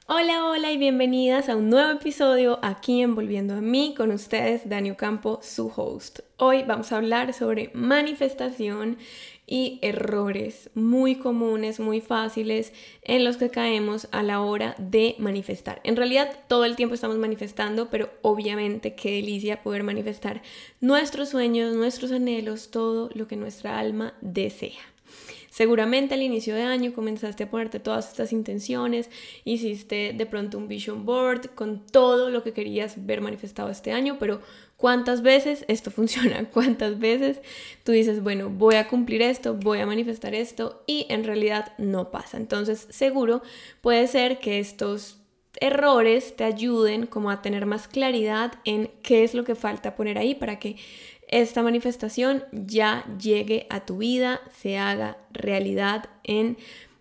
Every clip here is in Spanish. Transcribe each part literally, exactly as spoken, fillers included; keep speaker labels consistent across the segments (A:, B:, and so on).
A: Hola, hola y bienvenidas a un nuevo episodio aquí en Volviendo a mí con ustedes, Dani Ocampo, su host. Hoy vamos a hablar sobre manifestación y errores muy comunes, muy fáciles en los que caemos a la hora de manifestar. En realidad todo el tiempo estamos manifestando, pero obviamente qué delicia poder manifestar nuestros sueños, nuestros anhelos, todo lo que nuestra alma desea. Seguramente al inicio de año comenzaste a ponerte todas estas intenciones, hiciste de pronto un vision board con todo lo que querías ver manifestado este año, pero ¿cuántas veces esto funciona? ¿Cuántas veces tú dices, bueno, voy a cumplir esto, voy a manifestar esto y en realidad no pasa? Entonces, seguro puede ser que estos errores te ayuden como a tener más claridad en qué es lo que falta poner ahí para que esta manifestación ya llegue a tu vida, se haga realidad en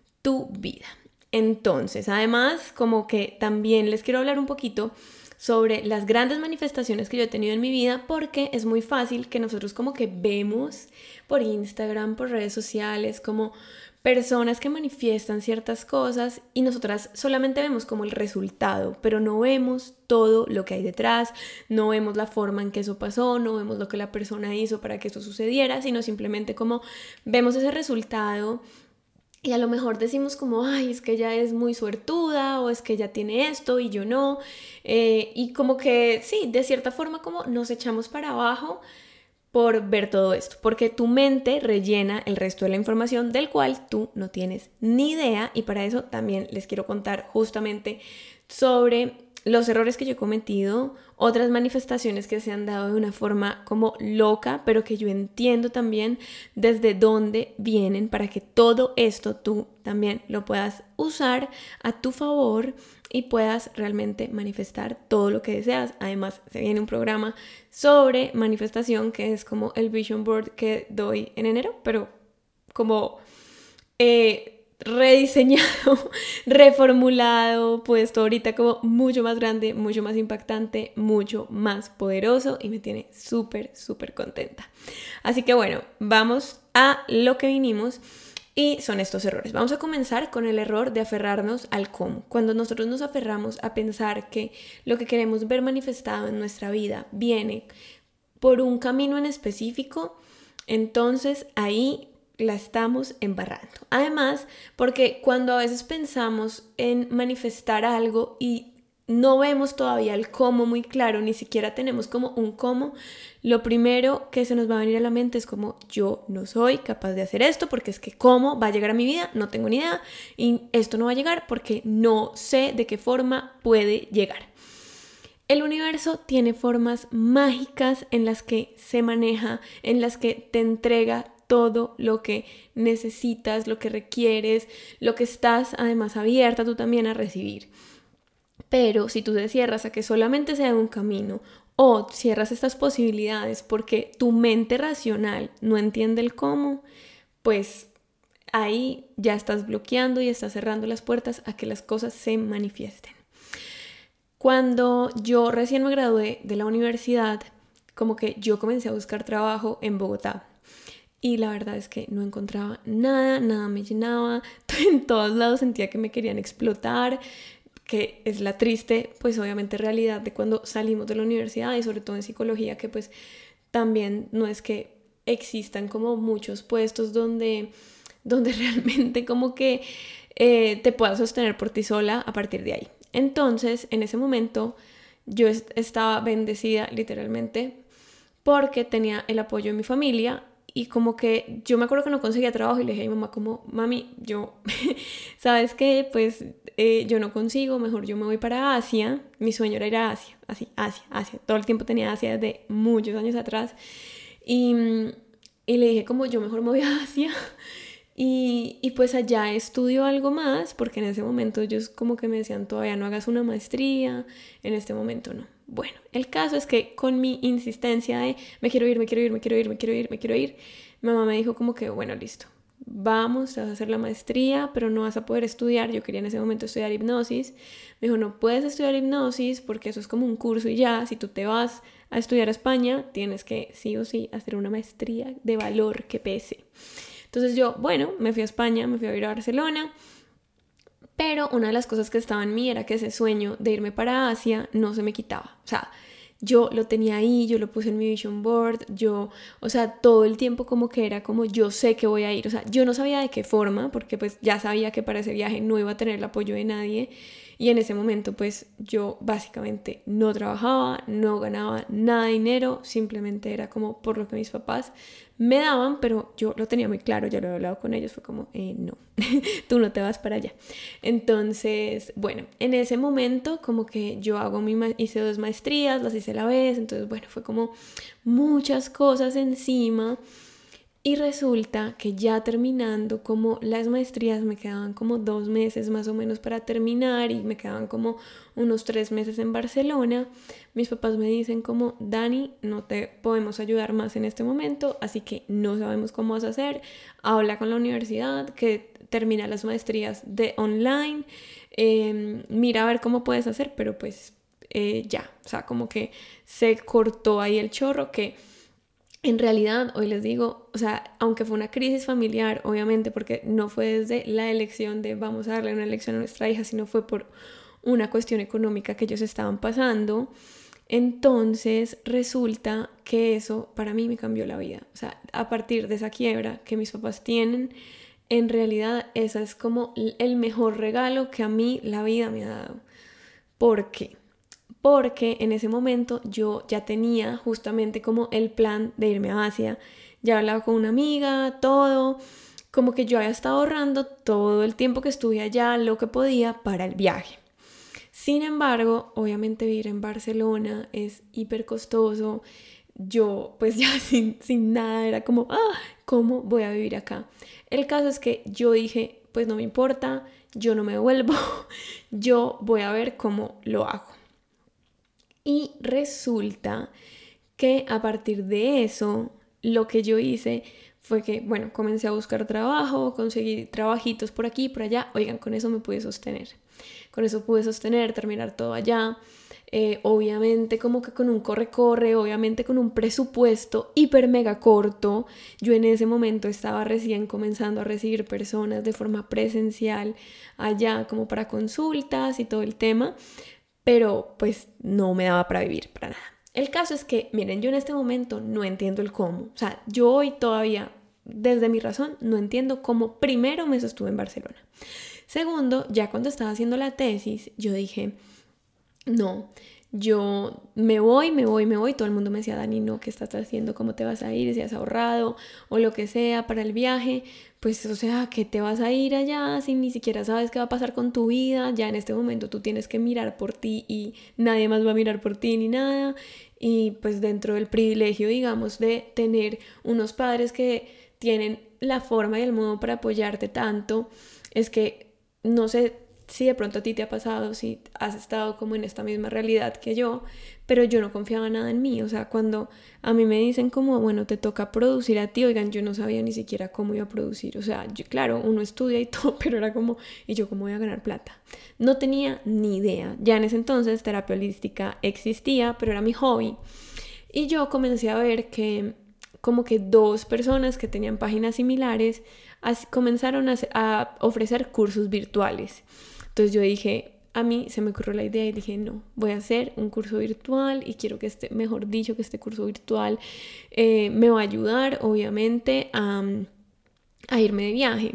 A: tu vida. Entonces, además, como que también les quiero hablar un poquito sobre las grandes manifestaciones que yo he tenido en mi vida, porque es muy fácil que nosotros como que vemos por Instagram, por redes sociales, como personas que manifiestan ciertas cosas y nosotras solamente vemos como el resultado, pero no vemos todo lo que hay detrás, no vemos la forma en que eso pasó, no vemos lo que la persona hizo para que eso sucediera, sino simplemente como vemos ese resultado y a lo mejor decimos como, ay, es que ella es muy suertuda o es que ella tiene esto y yo no, eh, y como que sí, de cierta forma como nos echamos para abajo por ver todo esto, porque tu mente rellena el resto de la información del cual tú no tienes ni idea, y para eso también les quiero contar justamente sobre los errores que yo he cometido, otras manifestaciones que se han dado de una forma como loca, pero que yo entiendo también desde dónde vienen para que todo esto tú también lo puedas usar a tu favor y puedas realmente manifestar todo lo que deseas. Además, se viene un programa sobre manifestación que es como el Vision Board que doy en enero, pero como eh, rediseñado, reformulado, puesto ahorita como mucho más grande, mucho más impactante, mucho más poderoso y me tiene súper, súper contenta. Así que bueno, vamos a lo que vinimos. Y son estos errores. Vamos a comenzar con el error de aferrarnos al cómo. Cuando nosotros nos aferramos a pensar que lo que queremos ver manifestado en nuestra vida viene por un camino en específico, entonces ahí la estamos embarrando. Además, porque cuando a veces pensamos en manifestar algo y no vemos todavía el cómo muy claro, ni siquiera tenemos como un cómo, lo primero que se nos va a venir a la mente es como yo no soy capaz de hacer esto porque es que cómo va a llegar a mi vida, no tengo ni idea y esto no va a llegar porque no sé de qué forma puede llegar. El universo tiene formas mágicas en las que se maneja, en las que te entrega todo lo que necesitas, lo que requieres, lo que estás además abierta tú también a recibir. Pero si tú te cierras a que solamente sea un camino o cierras estas posibilidades porque tu mente racional no entiende el cómo, pues ahí ya estás bloqueando y estás cerrando las puertas a que las cosas se manifiesten. Cuando yo recién me gradué de la universidad, como que yo comencé a buscar trabajo en Bogotá. Y la verdad es que no encontraba nada, nada me llenaba. En todos lados sentía que me querían explotar, que es la triste, pues obviamente realidad de cuando salimos de la universidad y sobre todo en psicología, que pues también no es que existan como muchos puestos donde, donde realmente como que eh, te puedas sostener por ti sola a partir de ahí. Entonces, en ese momento, yo est- estaba bendecida literalmente porque tenía el apoyo de mi familia y como que yo me acuerdo que no conseguía trabajo y le dije a mi mamá como, mami, yo, ¿sabes qué? Pues eh, yo no consigo, mejor yo me voy para Asia. Mi sueño era ir a Asia, así, Asia, Asia. Todo el tiempo tenía Asia desde muchos años atrás. Y, y le dije como, yo mejor me voy a Asia. Y, y pues allá estudio algo más, porque en ese momento ellos como que me decían, todavía no hagas una maestría, en este momento no. Bueno, el caso es que con mi insistencia de me quiero ir, me quiero ir, me quiero ir, me quiero ir, me quiero ir, mi mamá me dijo como que, bueno, listo, vamos, vas a hacer la maestría, pero no vas a poder estudiar. Yo quería en ese momento estudiar hipnosis. Me dijo, no puedes estudiar hipnosis porque eso es como un curso y ya, si tú te vas a estudiar a España, tienes que sí o sí hacer una maestría de valor que pese. Entonces yo, bueno, me fui a España, me fui a ir a Barcelona, Pero una de las cosas que estaba en mí era que ese sueño de irme para Asia no se me quitaba. O sea, yo lo tenía ahí, yo lo puse en mi vision board, yo, o sea, todo el tiempo como que era como yo sé que voy a ir. O sea, yo no sabía de qué forma, porque pues ya sabía que para ese viaje no iba a tener el apoyo de nadie. Y en ese momento pues yo básicamente no trabajaba, no ganaba nada de dinero, simplemente era como por lo que mis papás me daban, pero yo lo tenía muy claro, ya lo he hablado con ellos, fue como, eh, no, tú no te vas para allá. Entonces, bueno, en ese momento como que yo hago mi ma- hice dos maestrías, las hice a la vez, entonces bueno, fue como muchas cosas encima. Y resulta que ya terminando como las maestrías me quedaban como dos meses más o menos para terminar y me quedaban como unos tres meses en Barcelona. Mis papás me dicen como, Dani, no te podemos ayudar más en este momento, así que no sabemos cómo vas a hacer. Habla con la universidad que termina las maestrías de online, eh, mira a ver cómo puedes hacer, pero pues eh, ya, o sea, como que se cortó ahí el chorro que... En realidad, hoy les digo, o sea, aunque fue una crisis familiar, obviamente, porque no fue desde la elección de vamos a darle una elección a nuestra hija, sino fue por una cuestión económica que ellos estaban pasando. Entonces resulta que eso para mí me cambió la vida. O sea, a partir de esa quiebra que mis papás tienen, en realidad ese es como el mejor regalo que a mí la vida me ha dado. ¿Por qué? Porque en ese momento yo ya tenía justamente como el plan de irme a Asia, ya hablaba con una amiga, todo, como que yo había estado ahorrando todo el tiempo que estuve allá, lo que podía para el viaje. Sin embargo, obviamente vivir en Barcelona es hiper costoso, yo pues ya sin, sin nada era como, ah, ¿cómo voy a vivir acá? El caso es que yo dije, pues no me importa, yo no me vuelvo, yo voy a ver cómo lo hago. Y resulta que a partir de eso, lo que yo hice fue que, bueno, comencé a buscar trabajo, conseguí trabajitos por aquí y por allá. Oigan, con eso me pude sostener. Con eso pude sostener, terminar todo allá. Eh, obviamente como que con un corre-corre, obviamente con un presupuesto hiper mega corto. Yo en ese momento estaba recién comenzando a recibir personas de forma presencial allá como para consultas y todo el tema. Pero pues no me daba para vivir, para nada. El caso es que, miren, yo en este momento no entiendo el cómo. O sea, yo hoy todavía, desde mi razón, no entiendo cómo primero me sostuve en Barcelona. Segundo, ya cuando estaba haciendo la tesis, yo dije, no, yo me voy, me voy, me voy. Todo el mundo me decía, Dani, no, ¿qué estás haciendo? ¿Cómo te vas a ir? Si has ahorrado o lo que sea para el viaje. Pues, o sea, ¿qué te vas a ir allá si ni siquiera sabes qué va a pasar con tu vida? Ya en este momento tú tienes que mirar por ti y nadie más va a mirar por ti ni nada. Y pues dentro del privilegio, digamos, de tener unos padres que tienen la forma y el modo para apoyarte tanto, es que, no sé si de pronto a ti te ha pasado, si has estado como en esta misma realidad que yo, pero yo no confiaba nada en mí. O sea, cuando a mí me dicen como, bueno, te toca producir a ti, oigan, yo no sabía ni siquiera cómo iba a producir. O sea, yo, claro, uno estudia y todo, pero era como, ¿y yo cómo voy a ganar plata? No tenía ni idea. Ya en ese entonces terapia holística existía, pero era mi hobby. Y yo comencé a ver que como que dos personas que tenían páginas similares as- comenzaron a, a ofrecer cursos virtuales. Entonces yo dije, a mí se me ocurrió la idea y dije, no, voy a hacer un curso virtual y quiero que este, mejor dicho, que este curso virtual eh, me va a ayudar, obviamente, a, a irme de viaje.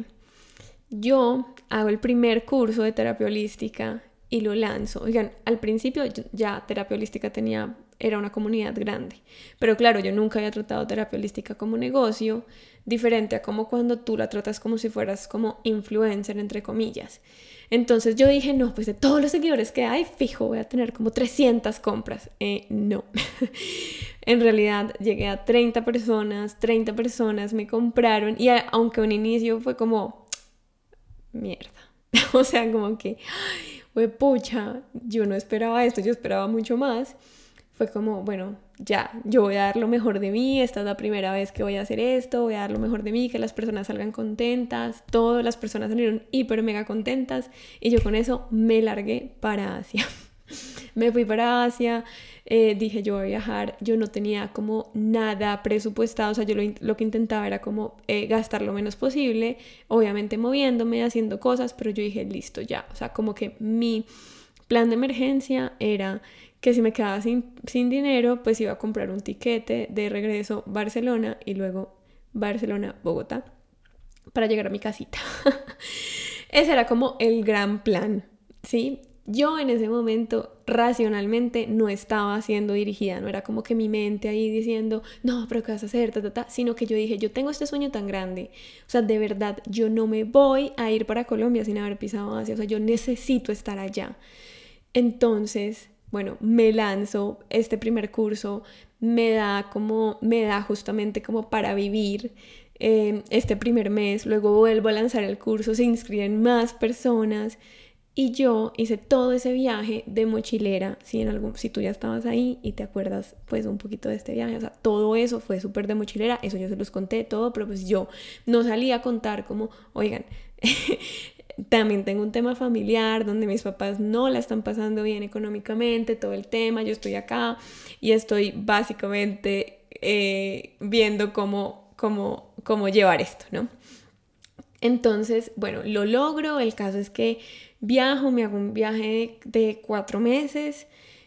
A: Yo hago el primer curso de terapia holística y lo lanzo. Oigan, al principio ya terapia holística tenía, era una comunidad grande, pero claro, yo nunca había tratado terapia holística como negocio, diferente a como cuando tú la tratas como si fueras como influencer, entre comillas. Entonces yo dije, no, pues de todos los seguidores que hay, fijo, voy a tener como trescientas compras. Eh, no. En realidad llegué a treinta personas, treinta personas me compraron y a, aunque un inicio fue como, mierda. O sea, como que, fue pucha, yo no esperaba esto, yo esperaba mucho más. Fue como, bueno, ya, yo voy a dar lo mejor de mí, esta es la primera vez que voy a hacer esto, voy a dar lo mejor de mí, que las personas salgan contentas, todas las personas salieron hiper mega contentas y yo con eso me largué para Asia. Me fui para Asia, eh, dije yo voy a viajar, yo no tenía como nada presupuestado, o sea, yo lo, lo que intentaba era como eh, gastar lo menos posible, obviamente moviéndome, haciendo cosas, pero yo dije, listo, ya, o sea, como que mi plan de emergencia era que si me quedaba sin, sin dinero, pues iba a comprar un tiquete de regreso Barcelona y luego Barcelona-Bogotá para llegar a mi casita. Ese era como el gran plan, ¿sí? Yo en ese momento racionalmente no estaba siendo dirigida, no era como que mi mente ahí diciendo, no, pero ¿qué vas a hacer? Ta, ta, ta, sino que yo dije, yo tengo este sueño tan grande, o sea, de verdad, yo no me voy a ir para Colombia sin haber pisado Asia, o sea, yo necesito estar allá. Entonces, bueno, me lanzo este primer curso, me da como, me da justamente como para vivir eh, este primer mes, luego vuelvo a lanzar el curso, se inscriben más personas y yo hice todo ese viaje de mochilera, si, en algún, si tú ya estabas ahí y te acuerdas pues un poquito de este viaje, o sea, todo eso fue súper de mochilera, eso yo se los conté todo, pero pues yo no salí a contar como, oigan, también tengo un tema familiar donde mis papás no la están pasando bien económicamente, todo el tema, yo estoy acá y estoy básicamente eh, viendo cómo, cómo, cómo llevar esto, ¿no? Entonces, bueno, lo logro, el caso es que viajo, me hago un viaje de, de cuatro meses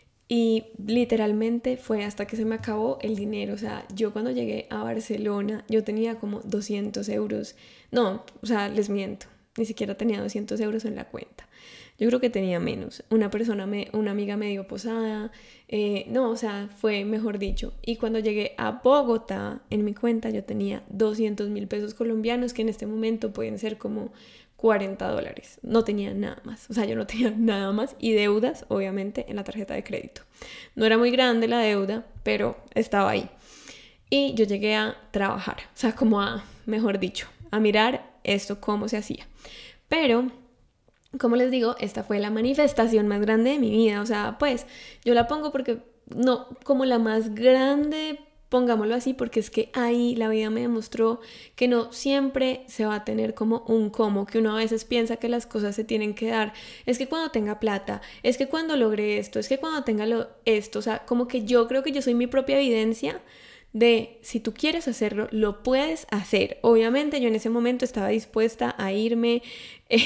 A: y literalmente fue hasta que se me acabó el dinero, o sea, yo cuando llegué a Barcelona, yo tenía como doscientos euros, no, o sea, les miento, ni siquiera tenía doscientos euros en la cuenta. Yo creo que tenía menos. Una persona, me, una amiga me dio posada. Eh, no, o sea, fue mejor dicho. Y cuando llegué a Bogotá, en mi cuenta yo tenía doscientos mil pesos colombianos, que en este momento pueden ser como cuarenta dólares. No tenía nada más. O sea, yo no tenía nada más. Y deudas, obviamente, en la tarjeta de crédito. No era muy grande la deuda, pero estaba ahí. Y yo llegué a trabajar. O sea, como a, mejor dicho, a mirar esto cómo se hacía. Pero, como les digo, esta fue la manifestación más grande de mi vida. O sea, pues yo la pongo porque, no, como la más grande, pongámoslo así, porque es que ahí la vida me demostró que no siempre se va a tener como un cómo, que uno a veces piensa que las cosas se tienen que dar. Es que cuando tenga plata, es que cuando logre esto, es que cuando tenga lo, esto, o sea, como que yo creo que yo soy mi propia evidencia de si tú quieres hacerlo, lo puedes hacer. Obviamente yo en ese momento estaba dispuesta a irme eh,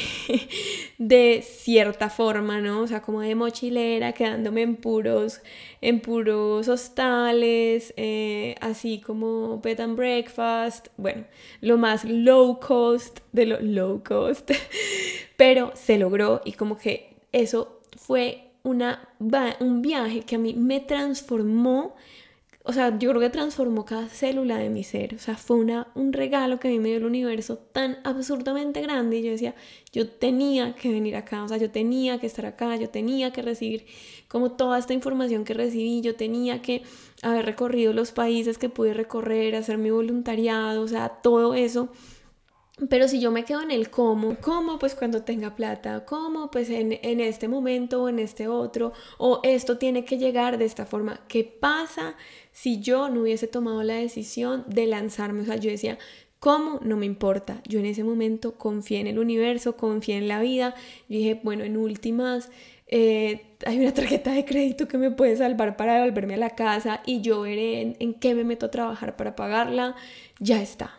A: de cierta forma, ¿no? O sea, como de mochilera, quedándome en puros, en puros hostales, eh, así como bed and breakfast, bueno, lo más low cost de lo low cost, pero se logró y como que eso fue una, un viaje que a mí me transformó. O sea, yo creo que transformó cada célula de mi ser. O sea, fue una, un regalo que a mí me dio el universo tan absurdamente grande. Y yo decía, yo tenía que venir acá. O sea, yo tenía que estar acá. Yo tenía que recibir como toda esta información que recibí. Yo tenía que haber recorrido los países que pude recorrer, hacer mi voluntariado. O sea, todo eso. Pero si yo me quedo en el cómo, cómo pues cuando tenga plata, cómo pues en, en este momento o en este otro, o esto tiene que llegar de esta forma, ¿qué pasa si yo no hubiese tomado la decisión de lanzarme? O sea, yo decía, ¿cómo? No me importa. Yo en ese momento confié en el universo, confié en la vida. Yo dije, bueno, en últimas, eh, hay una tarjeta de crédito que me puede salvar para devolverme a la casa y yo veré en, en qué me meto a trabajar para pagarla. Ya está.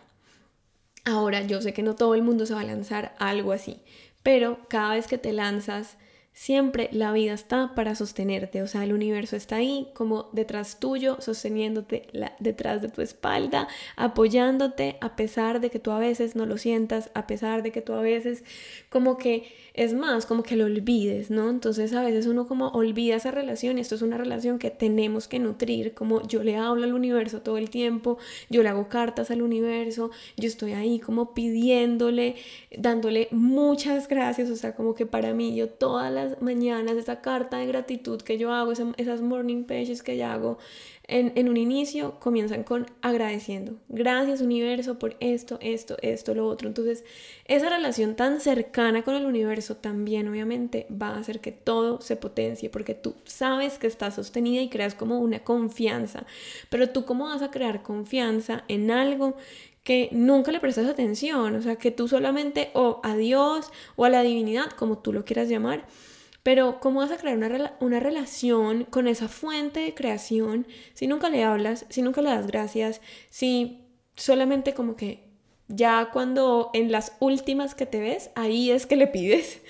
A: Ahora, yo sé que no todo el mundo se va a lanzar a algo así, pero cada vez que te lanzas, siempre la vida está para sostenerte. O sea, el universo está ahí como detrás tuyo, sosteniéndote la, detrás de tu espalda, apoyándote a pesar de que tú a veces no lo sientas, a pesar de que tú a veces como que, es más, como que lo olvides, ¿no? Entonces a veces uno como olvida esa relación y esto es una relación que tenemos que nutrir, como yo le hablo al universo todo el tiempo, yo le hago cartas al universo, yo estoy ahí como pidiéndole, dándole muchas gracias, o sea, como que para mí yo todas las mañanas esa carta de gratitud que yo hago, esas, esas morning pages que yo hago en, en un inicio comienzan con agradeciendo, gracias universo por esto, esto, esto, lo otro. Entonces esa relación tan cercana con el universo también obviamente va a hacer que todo se potencie porque tú sabes que estás sostenida y creas como una confianza, pero tú cómo vas a crear confianza en algo que nunca le prestas atención, o sea, que tú solamente o a Dios o a la divinidad, como tú lo quieras llamar, Pero ¿cómo vas a crear una, rela- una relación con esa fuente de creación si nunca le hablas, si nunca le das gracias, si solamente como que ya cuando en las últimas que te ves, ahí es que le pides?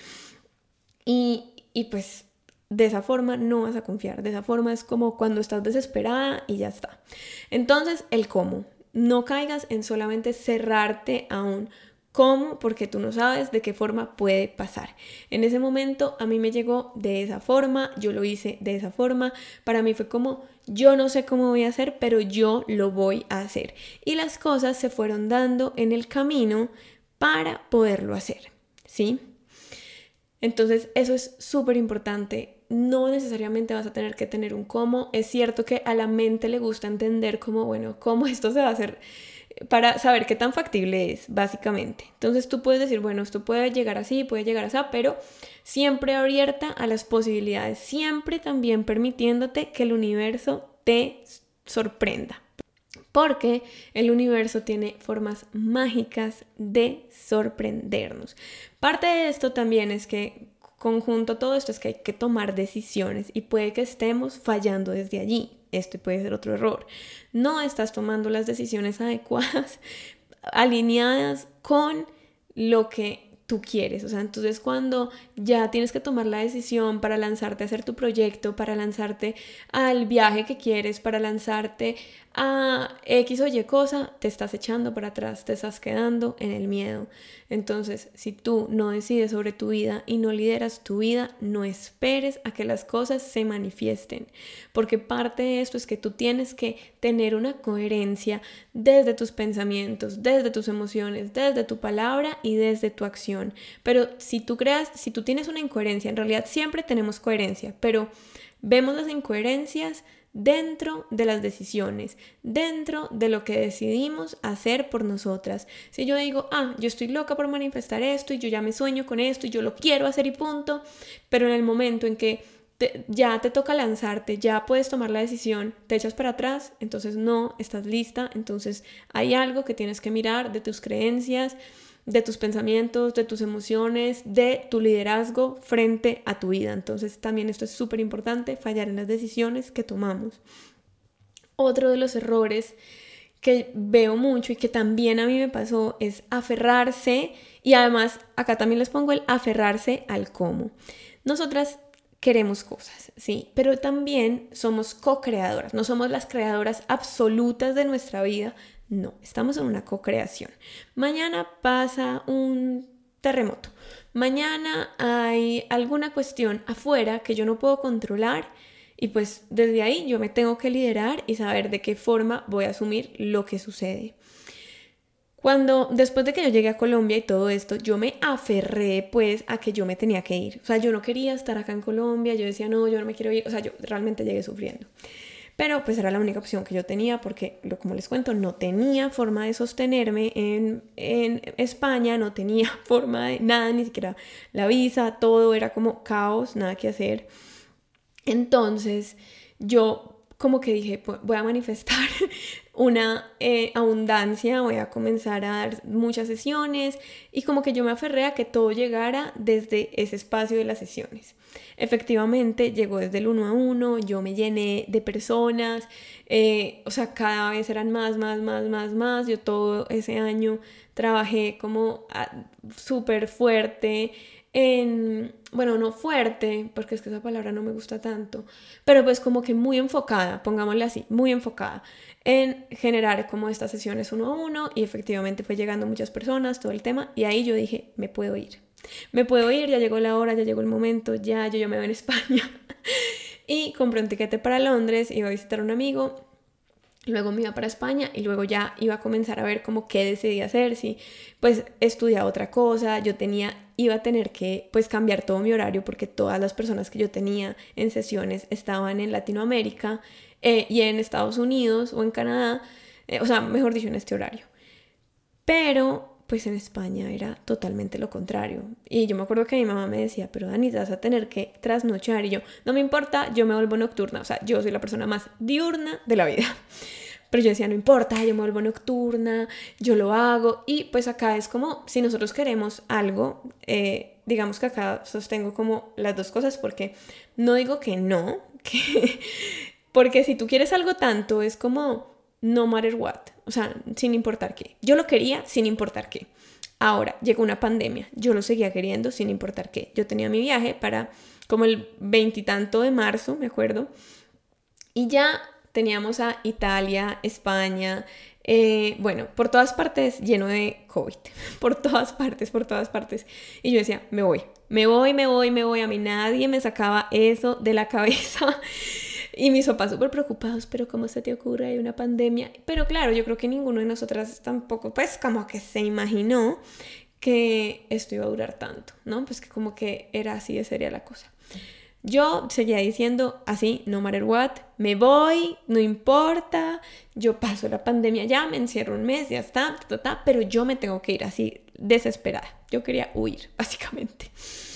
A: Y, y pues de esa forma no vas a confiar, de esa forma es como cuando estás desesperada y ya está. Entonces, el cómo. No caigas en solamente cerrarte a un cómo, porque tú no sabes de qué forma puede pasar. En ese momento a mí me llegó de esa forma, yo lo hice de esa forma, para mí fue como, yo no sé cómo voy a hacer, pero yo lo voy a hacer. Y las cosas se fueron dando en el camino para poderlo hacer, ¿sí? Entonces eso es súper importante. No necesariamente vas a tener que tener un cómo. Es cierto que a la mente le gusta entender cómo, bueno, cómo esto se va a hacer para saber qué tan factible es, básicamente. Entonces tú puedes decir, bueno, esto puede llegar así, puede llegar así, pero siempre abierta a las posibilidades, siempre también permitiéndote que el universo te sorprenda. Porque el universo tiene formas mágicas de sorprendernos. Parte de esto también es que, conjunto a todo esto, es que hay que tomar decisiones y puede que estemos fallando desde allí. Este puede ser otro error. No estás tomando las decisiones adecuadas, alineadas con lo que tú quieres. O sea, entonces cuando ya tienes que tomar la decisión para lanzarte a hacer tu proyecto, para lanzarte al viaje que quieres, para lanzarte a X o Y cosa, te estás echando para atrás, te estás quedando en el miedo. Entonces, si tú no decides sobre tu vida y no lideras tu vida, no esperes a que las cosas se manifiesten, porque parte de esto es que tú tienes que tener una coherencia desde tus pensamientos, desde tus emociones, desde tu palabra y desde tu acción. Pero si tú creas, si tú tienes una incoherencia, en realidad siempre tenemos coherencia, pero vemos las incoherencias dentro de las decisiones, dentro de lo que decidimos hacer por nosotras. Si yo digo, ah, yo estoy loca por manifestar esto y yo ya me sueño con esto y yo lo quiero hacer y punto, pero en el momento en que te, ya te toca lanzarte, ya puedes tomar la decisión, te echas para atrás, entonces no estás lista, entonces hay algo que tienes que mirar de tus creencias, de tus pensamientos, de tus emociones, de tu liderazgo frente a tu vida. Entonces también esto es súper importante, fallar en las decisiones que tomamos. Otro de los errores que veo mucho y que también a mí me pasó es aferrarse, y además acá también les pongo el aferrarse al cómo. Nosotras queremos cosas, sí, pero también somos co-creadoras, no somos las creadoras absolutas de nuestra vida. No, estamos en una co-creación. Mañana pasa un terremoto. Mañana hay alguna cuestión afuera que yo no puedo controlar y pues desde ahí yo me tengo que liderar y saber de qué forma voy a asumir lo que sucede. Cuando, después de que yo llegué a Colombia y todo esto, yo me aferré pues a que yo me tenía que ir. O sea, yo no quería estar acá en Colombia, yo decía, no, yo no me quiero ir. O sea, yo realmente llegué sufriendo. Pero pues era la única opción que yo tenía porque, como les cuento, no tenía forma de sostenerme en, en España, no tenía forma de nada, ni siquiera la visa, todo era como caos, nada que hacer. Entonces yo como que dije, pues voy a manifestar una eh, abundancia, voy a comenzar a dar muchas sesiones y como que yo me aferré a que todo llegara desde ese espacio de las sesiones. Efectivamente llegó desde el uno a uno, yo me llené de personas, eh, o sea, cada vez eran más, más, más, más, más. Yo todo ese año trabajé como súper fuerte en, bueno, no fuerte, porque es que esa palabra no me gusta tanto, pero pues como que muy enfocada, pongámosle así, muy enfocada en generar como estas sesiones uno a uno, y efectivamente fue llegando muchas personas, todo el tema, y ahí yo dije, me puedo ir. Me puedo ir, ya llegó la hora, ya llegó el momento, ya yo ya me veo en España. Y compré un tiquete para Londres, iba a visitar a un amigo, luego me iba para España y luego ya iba a comenzar a ver como qué decidí hacer, si pues estudiaba otra cosa, yo tenía, iba a tener que pues cambiar todo mi horario porque todas las personas que yo tenía en sesiones estaban en Latinoamérica eh, y en Estados Unidos o en Canadá, eh, o sea, mejor dicho, en este horario. Pero pues en España era totalmente lo contrario. Y yo me acuerdo que mi mamá me decía, pero Dani, vas a tener que trasnochar. Y yo, no me importa, yo me vuelvo nocturna. O sea, yo soy la persona más diurna de la vida. Pero yo decía, no importa, yo me vuelvo nocturna, yo lo hago. Y pues acá es como, si nosotros queremos algo, eh, digamos que acá sostengo como las dos cosas porque no digo que no, que, porque si tú quieres algo tanto es como no matter what, o sea, sin importar qué. Yo lo quería sin importar qué. Ahora, llegó una pandemia, yo lo seguía queriendo sin importar qué. Yo tenía mi viaje para como el veintitanto de marzo, me acuerdo, y ya teníamos a Italia, España, eh, bueno, por todas partes lleno de COVID, por todas partes, por todas partes. Y yo decía, me voy, me voy, me voy, me voy, a mí nadie me sacaba eso de la cabeza. Y mis papás súper preocupados, pero ¿cómo se te ocurre? Hay una pandemia. Pero claro, yo creo que ninguno de nosotras tampoco, pues como que se imaginó que esto iba a durar tanto, ¿no? Pues que como que era así de seria la cosa. Yo seguía diciendo así, no matter what, me voy, no importa, yo paso la pandemia ya, me encierro un mes, ya está, ta, ta, ta, pero yo me tengo que ir así, desesperada. Yo quería huir, básicamente.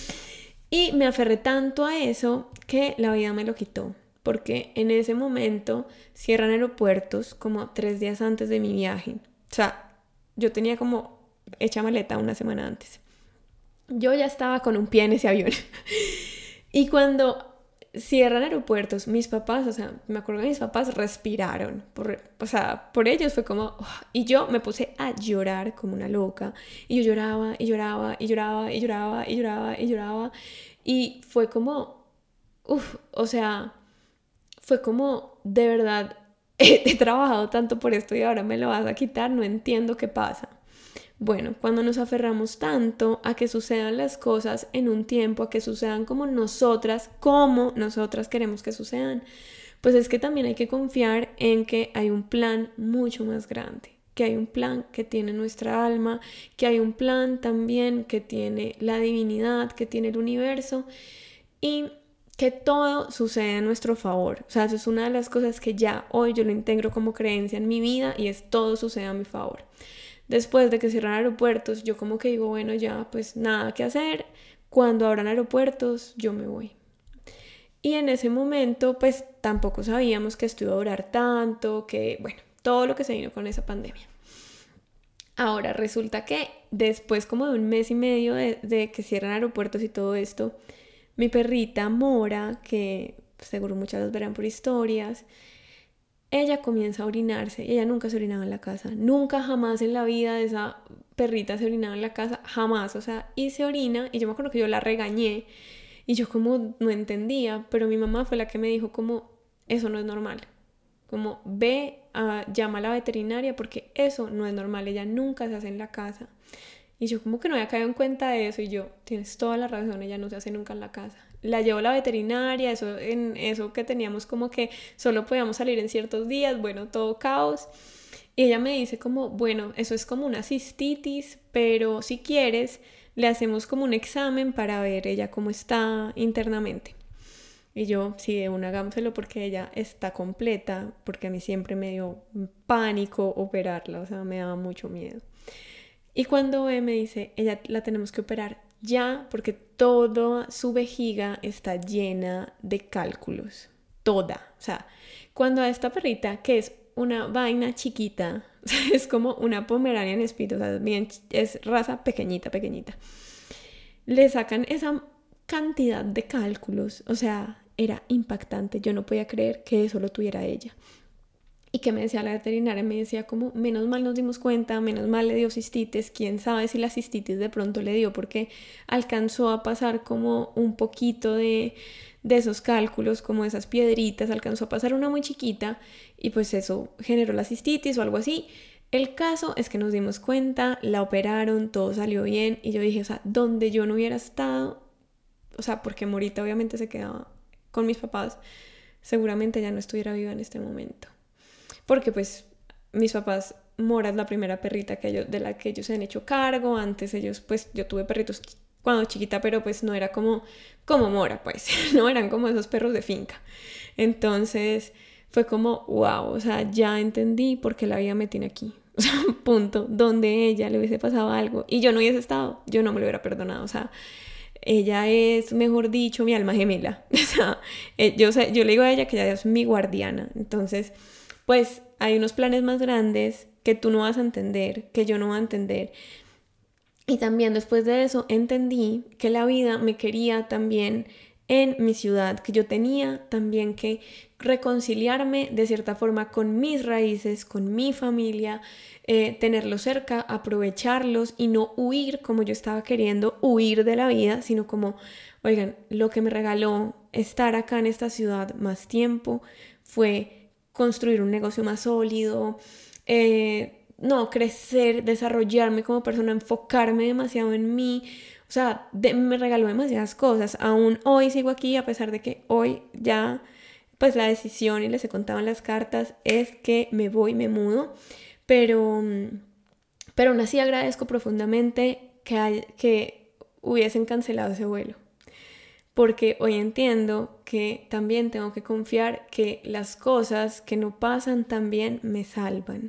A: Y me aferré tanto a eso que la vida me lo quitó. Porque en ese momento cierran aeropuertos como tres días antes de mi viaje. O sea, yo tenía como hecha maleta una semana antes. Yo ya estaba con un pie en ese avión. Y cuando cierran aeropuertos, mis papás, o sea, me acuerdo que mis papás respiraron. Por, o sea, por ellos fue como... Oh, y yo me puse a llorar como una loca. Y yo lloraba, y lloraba, y lloraba, y lloraba, y lloraba, y lloraba. Y fue como... Uf, o sea... Fue como, de verdad, he, he trabajado tanto por esto y ahora me lo vas a quitar, no entiendo qué pasa. Bueno, cuando nos aferramos tanto a que sucedan las cosas en un tiempo, a que sucedan como nosotras, como nosotras queremos que sucedan, pues es que también hay que confiar en que hay un plan mucho más grande, que hay un plan que tiene nuestra alma, que hay un plan también que tiene la divinidad, que tiene el universo y que todo sucede a nuestro favor. O sea, eso es una de las cosas que ya hoy yo lo integro como creencia en mi vida y es todo sucede a mi favor. Después de que cierran aeropuertos, yo como que digo, bueno, ya pues nada que hacer. Cuando abran aeropuertos, yo me voy. Y en ese momento, pues tampoco sabíamos que esto iba a durar tanto, que bueno, todo lo que se vino con esa pandemia. Ahora resulta que después como de un mes y medio de, de que cierran aeropuertos y todo esto, mi perrita Mora, que seguro muchas las verán por historias, ella comienza a orinarse. Ella nunca se orinaba en la casa. Nunca, jamás en la vida de esa perrita se orinaba en la casa. Jamás, o sea, y se orina. Y yo me acuerdo que yo la regañé. Y yo como no entendía. Pero mi mamá fue la que me dijo como, eso no es normal. Como, ve, a, llama a la veterinaria porque eso no es normal. Ella nunca se hace en la casa. Y yo como que no había caído en cuenta de eso y yo, tienes toda la razón, ella no se hace nunca en la casa. La llevo a la veterinaria, eso, en eso que teníamos como que solo podíamos salir en ciertos días, bueno, todo caos. Y ella me dice como, bueno, eso es como una cistitis, pero si quieres, le hacemos como un examen para ver ella cómo está internamente. Y yo, sí, de una hagámoselo porque ella está completa, porque a mí siempre me dio pánico operarla, o sea, me daba mucho miedo. Y cuando ve me dice, ella la tenemos que operar ya porque toda su vejiga está llena de cálculos. Toda. O sea, cuando a esta perrita, que es una vaina chiquita, o sea, es como una Pomeranian Spitz, o sea, bien, es raza pequeñita, pequeñita, le sacan esa cantidad de cálculos. O sea, era impactante. Yo no podía creer que eso lo tuviera ella. Y que me decía la veterinaria, me decía como, menos mal nos dimos cuenta, menos mal le dio cistitis, quién sabe si la cistitis de pronto le dio porque alcanzó a pasar como un poquito de, de esos cálculos, como esas piedritas, alcanzó a pasar una muy chiquita y pues eso generó la cistitis o algo así. El caso es que nos dimos cuenta, la operaron, todo salió bien y yo dije, o sea, donde yo no hubiera estado, o sea, porque Morita obviamente se quedaba con mis papás, seguramente ya no estuviera viva en este momento. Porque pues mis papás, Mora es la primera perrita que ellos, de la que ellos se han hecho cargo. Antes ellos, pues yo tuve perritos cuando chiquita, pero pues no era como, como Mora, pues, no eran como esos perros de finca. Entonces fue como, wow, o sea, ya entendí por qué la vida me tiene aquí. O sea, punto, donde ella le hubiese pasado algo y yo no hubiese estado, yo no me lo hubiera perdonado, o sea... Ella es, mejor dicho, mi alma gemela. O sea, yo, yo le digo a ella que ella es mi guardiana. Entonces, pues hay unos planes más grandes que tú no vas a entender, que yo no voy a entender. Y también después de eso entendí que la vida me quería también en mi ciudad, que yo tenía también que reconciliarme de cierta forma con mis raíces, con mi familia, eh, tenerlos cerca, aprovecharlos y no huir como yo estaba queriendo huir de la vida, sino como, oigan, lo que me regaló estar acá en esta ciudad más tiempo fue construir un negocio más sólido, eh, no, crecer, desarrollarme como persona, enfocarme demasiado en mí. O sea, de, me regaló demasiadas cosas. Aún hoy sigo aquí, a pesar de que hoy ya, pues la decisión, y les he contado en las cartas, es que me voy, me mudo. Pero, pero aún así agradezco profundamente que, hay, que hubiesen cancelado ese vuelo. Porque hoy entiendo que también tengo que confiar que las cosas que no pasan también me salvan.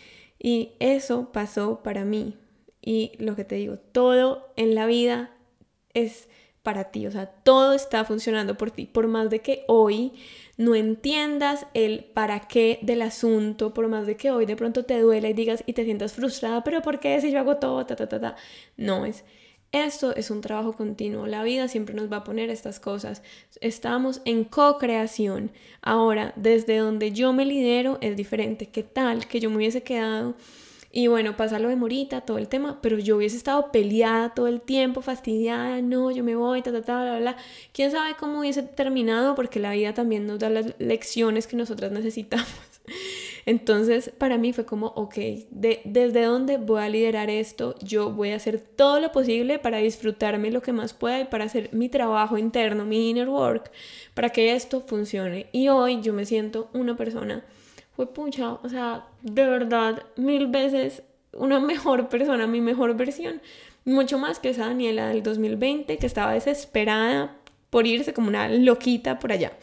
A: Y eso pasó para mí. Y lo que te digo, todo en la vida es para ti. O sea, todo está funcionando por ti. Por más de que hoy no entiendas el para qué del asunto, por más de que hoy de pronto te duela y digas y te sientas frustrada, pero ¿por qué si yo hago todo? Ta, ta, ta, ta. No, es... Esto es un trabajo continuo. La vida siempre nos va a poner estas cosas. Estamos en co-creación. Ahora, desde donde yo me lidero es diferente. ¿Qué tal que yo me hubiese quedado? Y bueno, pasa lo de Morita, todo el tema, pero yo hubiese estado peleada todo el tiempo, fastidiada, no, yo me voy, ta, ta, ta, bla, bla. ¿Quién sabe cómo hubiese terminado? Porque la vida también nos da las lecciones que nosotras necesitamos. Entonces, para mí fue como, ok, de, ¿desde dónde voy a liderar esto? Yo voy a hacer todo lo posible para disfrutarme lo que más pueda y para hacer mi trabajo interno, mi inner work, para que esto funcione. Y hoy yo me siento una persona, fue pucha, o sea, de verdad, mil veces una mejor persona, mi mejor versión. Mucho más que esa Daniela del dos mil veinte que estaba desesperada por irse como una loquita por allá.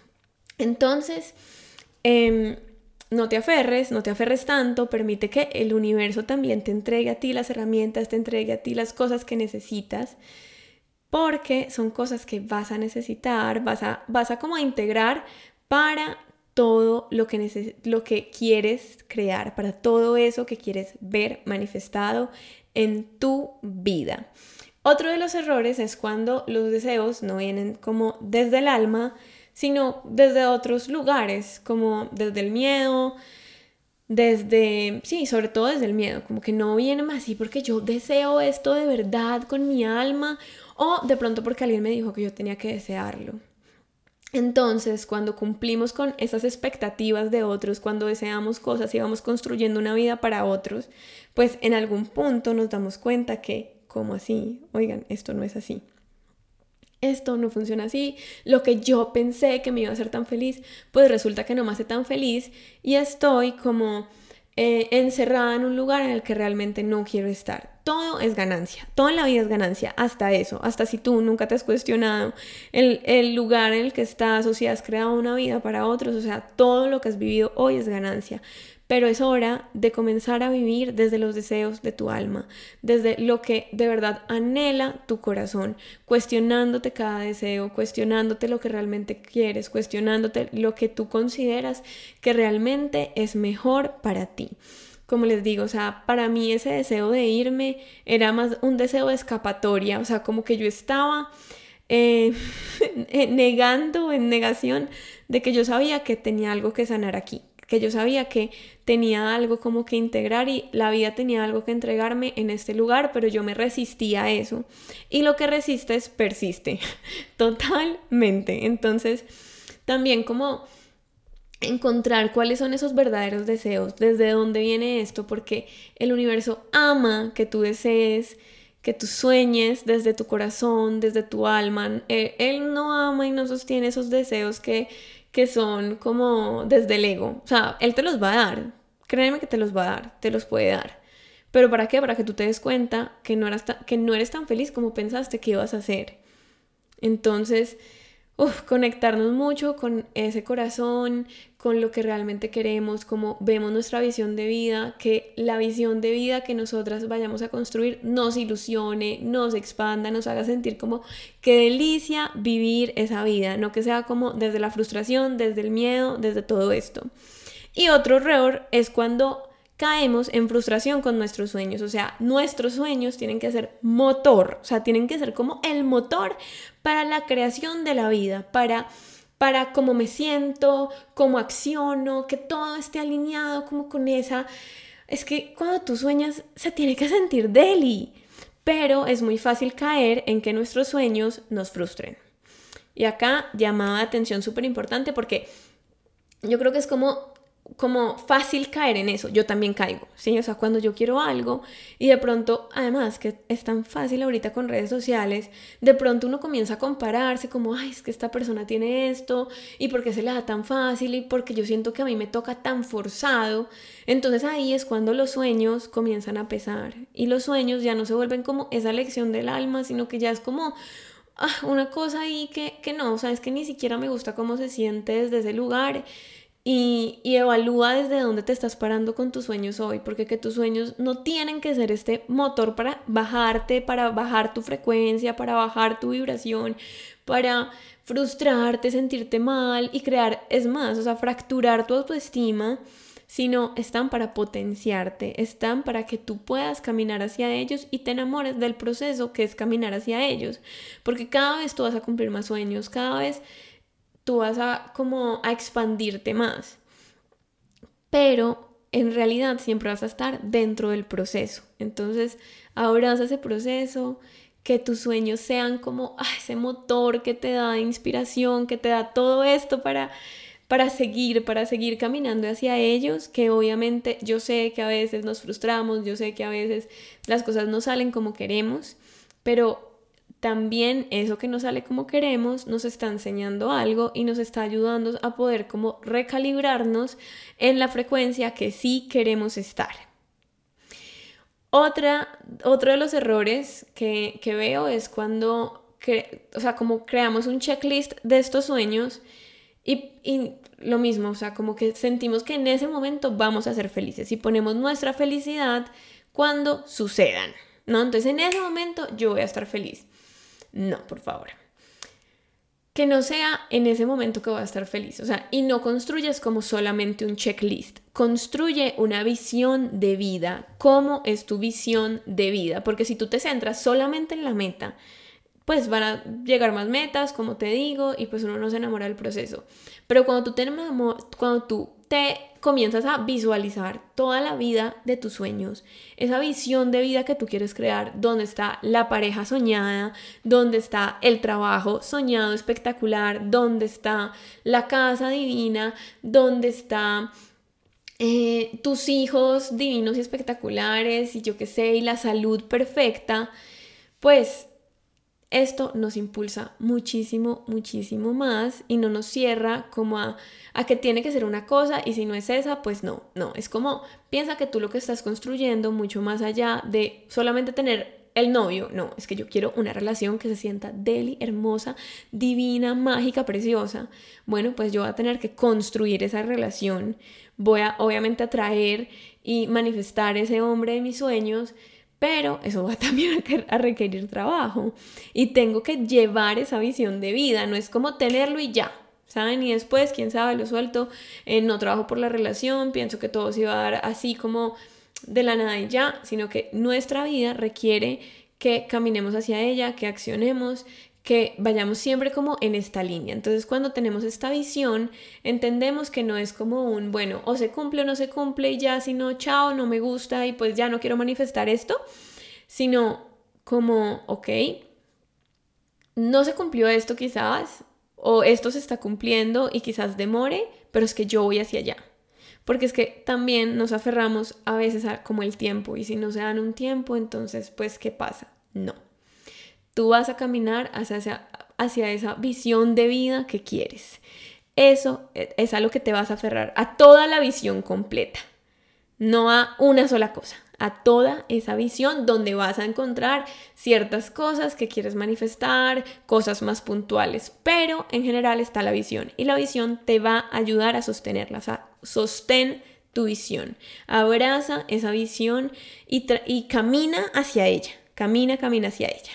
A: Entonces, eh, no te aferres, no te aferres tanto, permite que el universo también te entregue a ti las herramientas, te entregue a ti las cosas que necesitas, porque son cosas que vas a necesitar, vas a, vas a como a integrar para todo lo que, neces- lo que quieres crear, para todo eso que quieres ver manifestado en tu vida. Otro de los errores es cuando los deseos no vienen como desde el alma, sino desde otros lugares, como desde el miedo, desde, sí, sobre todo desde el miedo, como que no viene más así porque yo deseo esto de verdad con mi alma, o de pronto porque alguien me dijo que yo tenía que desearlo. Entonces, cuando cumplimos con esas expectativas de otros, cuando deseamos cosas y vamos construyendo una vida para otros, pues en algún punto nos damos cuenta que, ¿cómo así? Oigan, esto no es así. Esto no funciona así, lo que yo pensé que me iba a hacer tan feliz, pues resulta que no me hace tan feliz y estoy como eh, encerrada en un lugar en el que realmente no quiero estar. Todo es ganancia, todo en la vida es ganancia, hasta eso, hasta si tú nunca te has cuestionado el, el lugar en el que estás o si has creado una vida para otros, o sea, todo lo que has vivido hoy es ganancia. Pero es hora de comenzar a vivir desde los deseos de tu alma, desde lo que de verdad anhela tu corazón, cuestionándote cada deseo, cuestionándote lo que realmente quieres, cuestionándote lo que tú consideras que realmente es mejor para ti. Como les digo, o sea, para mí ese deseo de irme era más un deseo de escapatoria, o sea, como que yo estaba eh, negando, en negación de que yo sabía que tenía algo que sanar aquí, que yo sabía que tenía algo como que integrar y la vida tenía algo que entregarme en este lugar, pero yo me resistía a eso. Y lo que resistes persiste, totalmente. Entonces, también como encontrar cuáles son esos verdaderos deseos, desde dónde viene esto, porque el universo ama que tú desees, que tú sueñes desde tu corazón, desde tu alma. Él, él no ama y no sostiene esos deseos que que son como desde el ego. O sea, él te los va a dar. Créeme que te los va a dar, te los puede dar. ¿Pero para qué? Para que tú te des cuenta que no eras ta- que no eres tan feliz como pensaste que ibas a ser. Entonces, uf, conectarnos mucho con ese corazón, con lo que realmente queremos, cómo vemos nuestra visión de vida, que la visión de vida que nosotras vayamos a construir nos ilusione, nos expanda, nos haga sentir como qué delicia vivir esa vida, no que sea como desde la frustración, desde el miedo, desde todo esto. Y otro error es cuando caemos en frustración con nuestros sueños. O sea, nuestros sueños tienen que ser motor, o sea, tienen que ser como el motor para la creación de la vida, para, para cómo me siento, cómo acciono, que todo esté alineado como con esa... Es que cuando tú sueñas se tiene que sentir deli, pero es muy fácil caer en que nuestros sueños nos frustren. Y acá llamada de atención súper importante porque yo creo que es como... como fácil caer en eso, yo también caigo, ¿sí? O sea, cuando yo quiero algo y de pronto, además que es tan fácil ahorita con redes sociales, de pronto uno comienza a compararse como, ay, es que esta persona tiene esto y por qué se le da tan fácil y porque yo siento que a mí me toca tan forzado. Entonces ahí es cuando los sueños comienzan a pesar y los sueños ya no se vuelven como esa lección del alma, sino que ya es como... ah, una cosa ahí que, que no, o sea, es que ni siquiera me gusta cómo se siente desde ese lugar. Y, y evalúa desde dónde te estás parando con tus sueños hoy, porque que tus sueños no tienen que ser este motor para bajarte, para bajar tu frecuencia, para bajar tu vibración, para frustrarte, sentirte mal y crear, es más, o sea, fracturar tu autoestima, sino están para potenciarte, están para que tú puedas caminar hacia ellos y te enamores del proceso que es caminar hacia ellos, porque cada vez tú vas a cumplir más sueños, cada vez tú vas a como a expandirte más, pero en realidad siempre vas a estar dentro del proceso. Entonces abraza ese proceso, que tus sueños sean como ah, ese motor que te da inspiración, que te da todo esto para, para seguir, para seguir caminando hacia ellos, que obviamente yo sé que a veces nos frustramos, yo sé que a veces las cosas no salen como queremos, pero también eso que no sale como queremos nos está enseñando algo y nos está ayudando a poder como recalibrarnos en la frecuencia que sí queremos estar. Otra, otro de los errores que, que veo es cuando, cre- o sea, como creamos un checklist de estos sueños y, y lo mismo, o sea, como que sentimos que en ese momento vamos a ser felices y ponemos nuestra felicidad cuando sucedan, ¿no? Entonces en ese momento yo voy a estar feliz. No, por favor. Que no sea en ese momento que voy a estar feliz. O sea, y no construyas como solamente un checklist. Construye una visión de vida. ¿Cómo es tu visión de vida? Porque si tú te centras solamente en la meta, pues van a llegar más metas, como te digo, y pues uno no se enamora del proceso. Pero cuando tú te, enamor- cuando tú te comienzas a visualizar toda la vida de tus sueños, esa visión de vida que tú quieres crear, donde está la pareja soñada, donde está el trabajo soñado espectacular, donde está la casa divina, donde está eh, tus hijos divinos y espectaculares, y yo qué sé, y la salud perfecta, pues esto nos impulsa muchísimo, muchísimo más y no nos cierra como a, a que tiene que ser una cosa y si no es esa, pues no, no. Es como, piensa que tú lo que estás construyendo mucho más allá de solamente tener el novio. No, es que yo quiero una relación que se sienta deli, hermosa, divina, mágica, preciosa. Bueno, pues yo voy a tener que construir esa relación. Voy a obviamente atraer y manifestar ese hombre de mis sueños, pero eso va también a requerir trabajo y tengo que llevar esa visión de vida, no es como tenerlo y ya, ¿saben? Y después, quién sabe, lo suelto, eh, no trabajo por la relación, pienso que todo se iba a dar así como de la nada y ya, sino que nuestra vida requiere que caminemos hacia ella, que accionemos, que vayamos siempre como en esta línea. Entonces, cuando tenemos esta visión, entendemos que no es como un, bueno, o se cumple o no se cumple y ya, si no, chao, no me gusta y pues ya no quiero manifestar esto, sino como, ok, no se cumplió esto quizás, o esto se está cumpliendo y quizás demore, pero es que yo voy hacia allá. Porque es que también nos aferramos a veces a como el tiempo, y si no se dan un tiempo, entonces, pues, ¿qué pasa? No. Tú vas a caminar hacia esa, hacia esa visión de vida que quieres. Eso es a lo que te vas a aferrar, a toda la visión completa, no a una sola cosa, a toda esa visión donde vas a encontrar ciertas cosas que quieres manifestar, cosas más puntuales, pero en general está la visión y la visión te va a ayudar a sostenerla, o sea, sostén tu visión, abraza esa visión y, tra- y camina hacia ella, camina, camina hacia ella.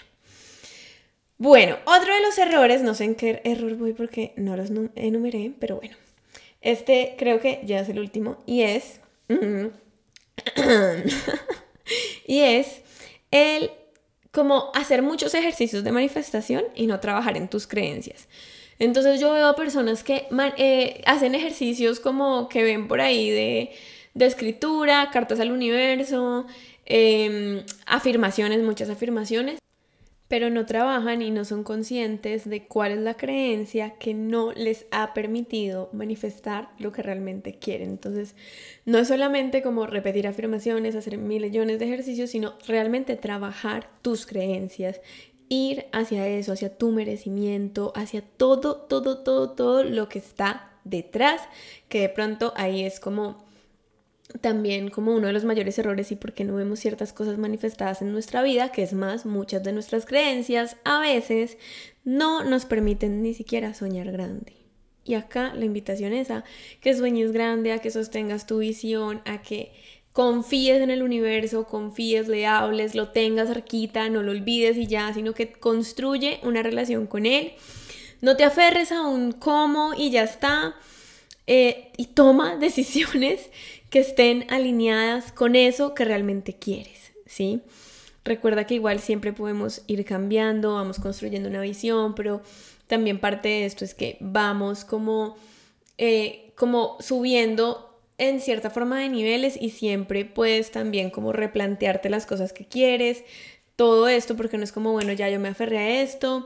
A: Bueno, otro de los errores, no sé en qué error voy porque no los enumeré, pero bueno, este creo que ya es el último y es uh, Y es el como hacer muchos ejercicios de manifestación y no trabajar en tus creencias. Entonces yo veo a personas que man, eh, hacen ejercicios como que ven por ahí de, de escritura, cartas al universo, eh, afirmaciones, muchas afirmaciones, pero no trabajan y no son conscientes de cuál es la creencia que no les ha permitido manifestar lo que realmente quieren. Entonces, no es solamente como repetir afirmaciones, hacer mil millones de ejercicios, sino realmente trabajar tus creencias, ir hacia eso, hacia tu merecimiento, hacia todo, todo, todo, todo lo que está detrás, que de pronto ahí es como también como uno de los mayores errores y por qué no vemos ciertas cosas manifestadas en nuestra vida, que es más, muchas de nuestras creencias a veces no nos permiten ni siquiera soñar grande. Y acá la invitación es a que sueñes grande, a que sostengas tu visión, a que confíes en el universo, confíes, le hables, lo tengas cerquita, no lo olvides y ya, sino que construye una relación con él. No te aferres a un cómo y ya está, eh, y toma decisiones que estén alineadas con eso que realmente quieres, ¿sí? Recuerda que igual siempre podemos ir cambiando, vamos construyendo una visión, pero también parte de esto es que vamos como, eh, como subiendo en cierta forma de niveles y siempre puedes también como replantearte las cosas que quieres, todo esto, porque no es como, bueno, ya yo me aferré a esto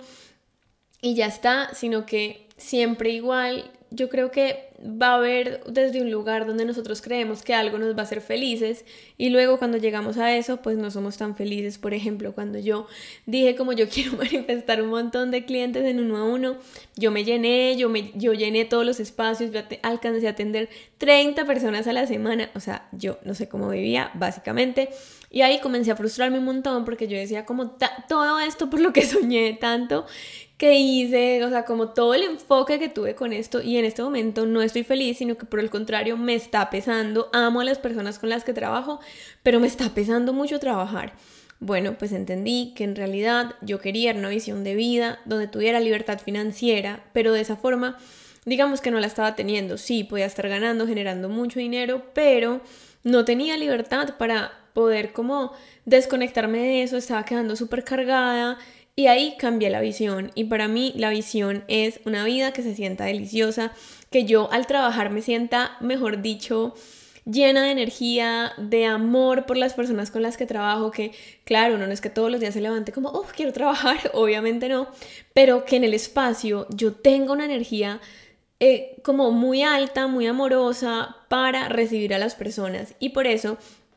A: y ya está, sino que siempre igual yo creo que va a haber desde un lugar donde nosotros creemos que algo nos va a hacer felices y luego cuando llegamos a eso pues no somos tan felices. Por ejemplo, cuando yo dije como yo quiero manifestar un montón de clientes en uno a uno, yo me llené, yo, me, yo llené todos los espacios, yo te, alcancé a atender treinta personas a la semana, o sea, yo no sé cómo vivía básicamente. Y ahí comencé a frustrarme un montón porque yo decía como ta- todo esto por lo que soñé tanto que hice, o sea, como todo el enfoque que tuve con esto y en este momento no estoy feliz, sino que por el contrario me está pesando, amo a las personas con las que trabajo, pero me está pesando mucho trabajar. Bueno, pues entendí que en realidad yo quería una visión de vida donde tuviera libertad financiera, pero de esa forma, digamos que no la estaba teniendo. Sí, podía estar ganando, generando mucho dinero, pero no tenía libertad para poder como desconectarme de eso, estaba quedando súper cargada. Y ahí cambié la visión y para mí la visión es una vida que se sienta deliciosa, que yo al trabajar me sienta, mejor dicho, llena de energía, de amor por las personas con las que trabajo, que claro, no es que todos los días se levante como, oh, quiero trabajar, obviamente no, pero que en el espacio yo tenga una energía eh, como muy alta, muy amorosa para recibir a las personas y por eso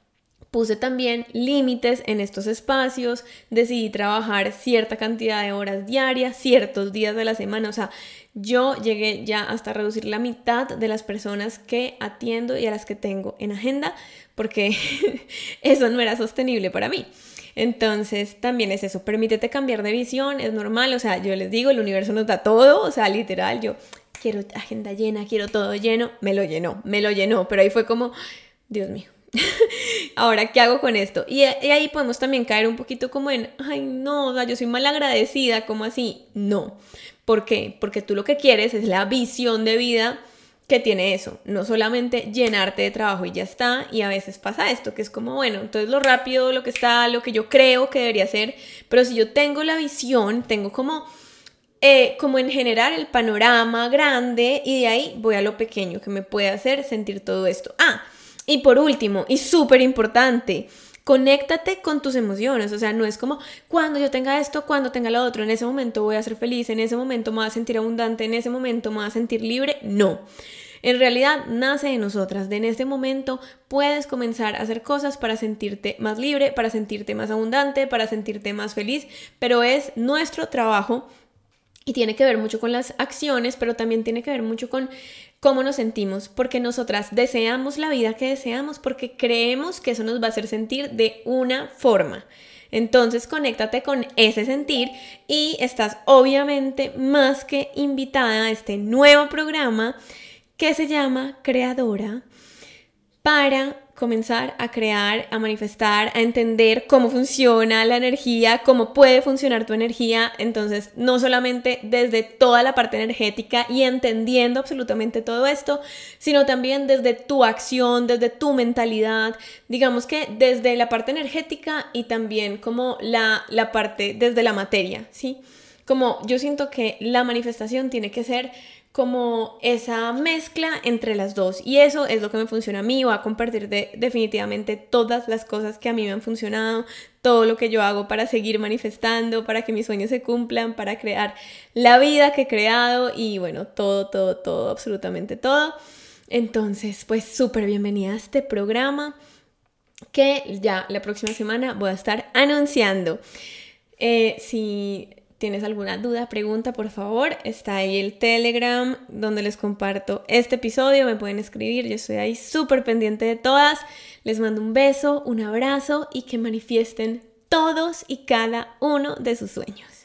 A: puse también límites en estos espacios, decidí trabajar cierta cantidad de horas diarias, ciertos días de la semana, o sea, yo llegué ya hasta reducir la mitad de las personas que atiendo y a las que tengo en agenda, porque eso no era sostenible para mí. Entonces también es eso, permítete cambiar de visión, es normal, o sea, yo les digo, el universo nos da todo, o sea, literal, yo quiero agenda llena, quiero todo lleno, me lo llenó, me lo llenó, pero ahí fue como, Dios mío. Ahora, ¿qué hago con esto? Y, y ahí podemos también caer un poquito como en, ay, no, o sea, yo soy mal agradecida, ¿cómo así? No. ¿Por qué? Porque tú lo que quieres es la visión de vida que tiene eso, no solamente llenarte de trabajo y ya está, y a veces pasa esto, que es como, bueno, entonces lo rápido, lo que está, lo que yo creo que debería ser, pero si yo tengo la visión, tengo como, eh, como en generar el panorama grande y de ahí voy a lo pequeño que me puede hacer sentir todo esto. Ah, y por último, y súper importante, conéctate con tus emociones, o sea, no es como cuando yo tenga esto, cuando tenga lo otro, en ese momento voy a ser feliz, en ese momento me voy a sentir abundante, en ese momento me voy a sentir libre, no. En realidad nace de nosotras, de en este momento puedes comenzar a hacer cosas para sentirte más libre, para sentirte más abundante, para sentirte más feliz, pero es nuestro trabajo y tiene que ver mucho con las acciones, pero también tiene que ver mucho con cómo nos sentimos, porque nosotras deseamos la vida que deseamos, porque creemos que eso nos va a hacer sentir de una forma. Entonces, conéctate con ese sentir y estás obviamente más que invitada a este nuevo programa que se llama Creadora para comenzar a crear, a manifestar, a entender cómo funciona la energía, cómo puede funcionar tu energía. Entonces, no solamente desde toda la parte energética y entendiendo absolutamente todo esto, sino también desde tu acción, desde tu mentalidad, digamos que desde la parte energética y también como la, la parte desde la materia, ¿sí? Como yo siento que la manifestación tiene que ser como esa mezcla entre las dos, y eso es lo que me funciona a mí. Voy a compartir de, definitivamente todas las cosas que a mí me han funcionado, todo lo que yo hago para seguir manifestando, para que mis sueños se cumplan, para crear la vida que he creado y bueno, todo, todo, todo, absolutamente todo. Entonces, pues súper bienvenida a este programa que ya la próxima semana voy a estar anunciando. Eh, si tienes alguna duda, pregunta, por favor, está ahí el Telegram donde les comparto este episodio, me pueden escribir, yo estoy ahí súper pendiente de todas. Les mando un beso, un abrazo y que manifiesten todos y cada uno de sus sueños.